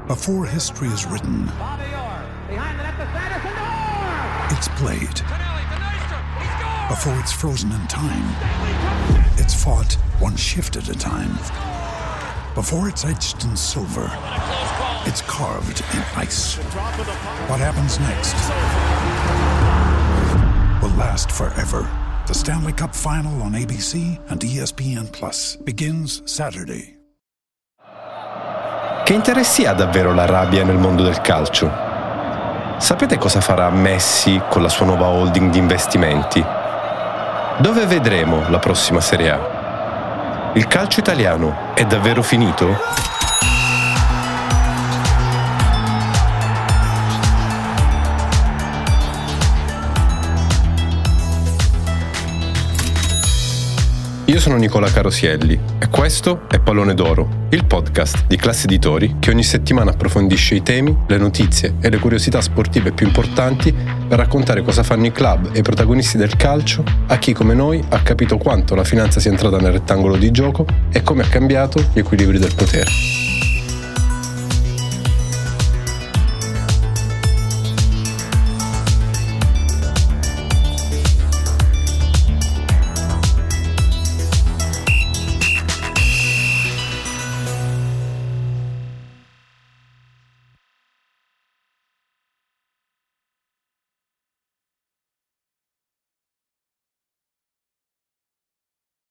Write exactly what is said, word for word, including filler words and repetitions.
Before history is written, it's played. Before it's frozen in time, it's fought one shift at a time. Before it's etched in silver, it's carved in ice. What happens next will last forever. The Stanley Cup Final on A B C and E S P N Plus begins Saturday. Che interessi ha davvero l'Arabia nel mondo del calcio? Sapete cosa farà Messi con la sua nuova holding di investimenti? Dove vedremo la prossima Serie A? Il calcio italiano è davvero finito? Io sono Nicola Carosielli e questo è Pallone d'Oro, il podcast di Classe Editori che ogni settimana approfondisce i temi, le notizie e le curiosità sportive più importanti per raccontare cosa fanno i club e i protagonisti del calcio a chi come noi ha capito quanto la finanza sia entrata nel rettangolo di gioco e come ha cambiato gli equilibri del potere.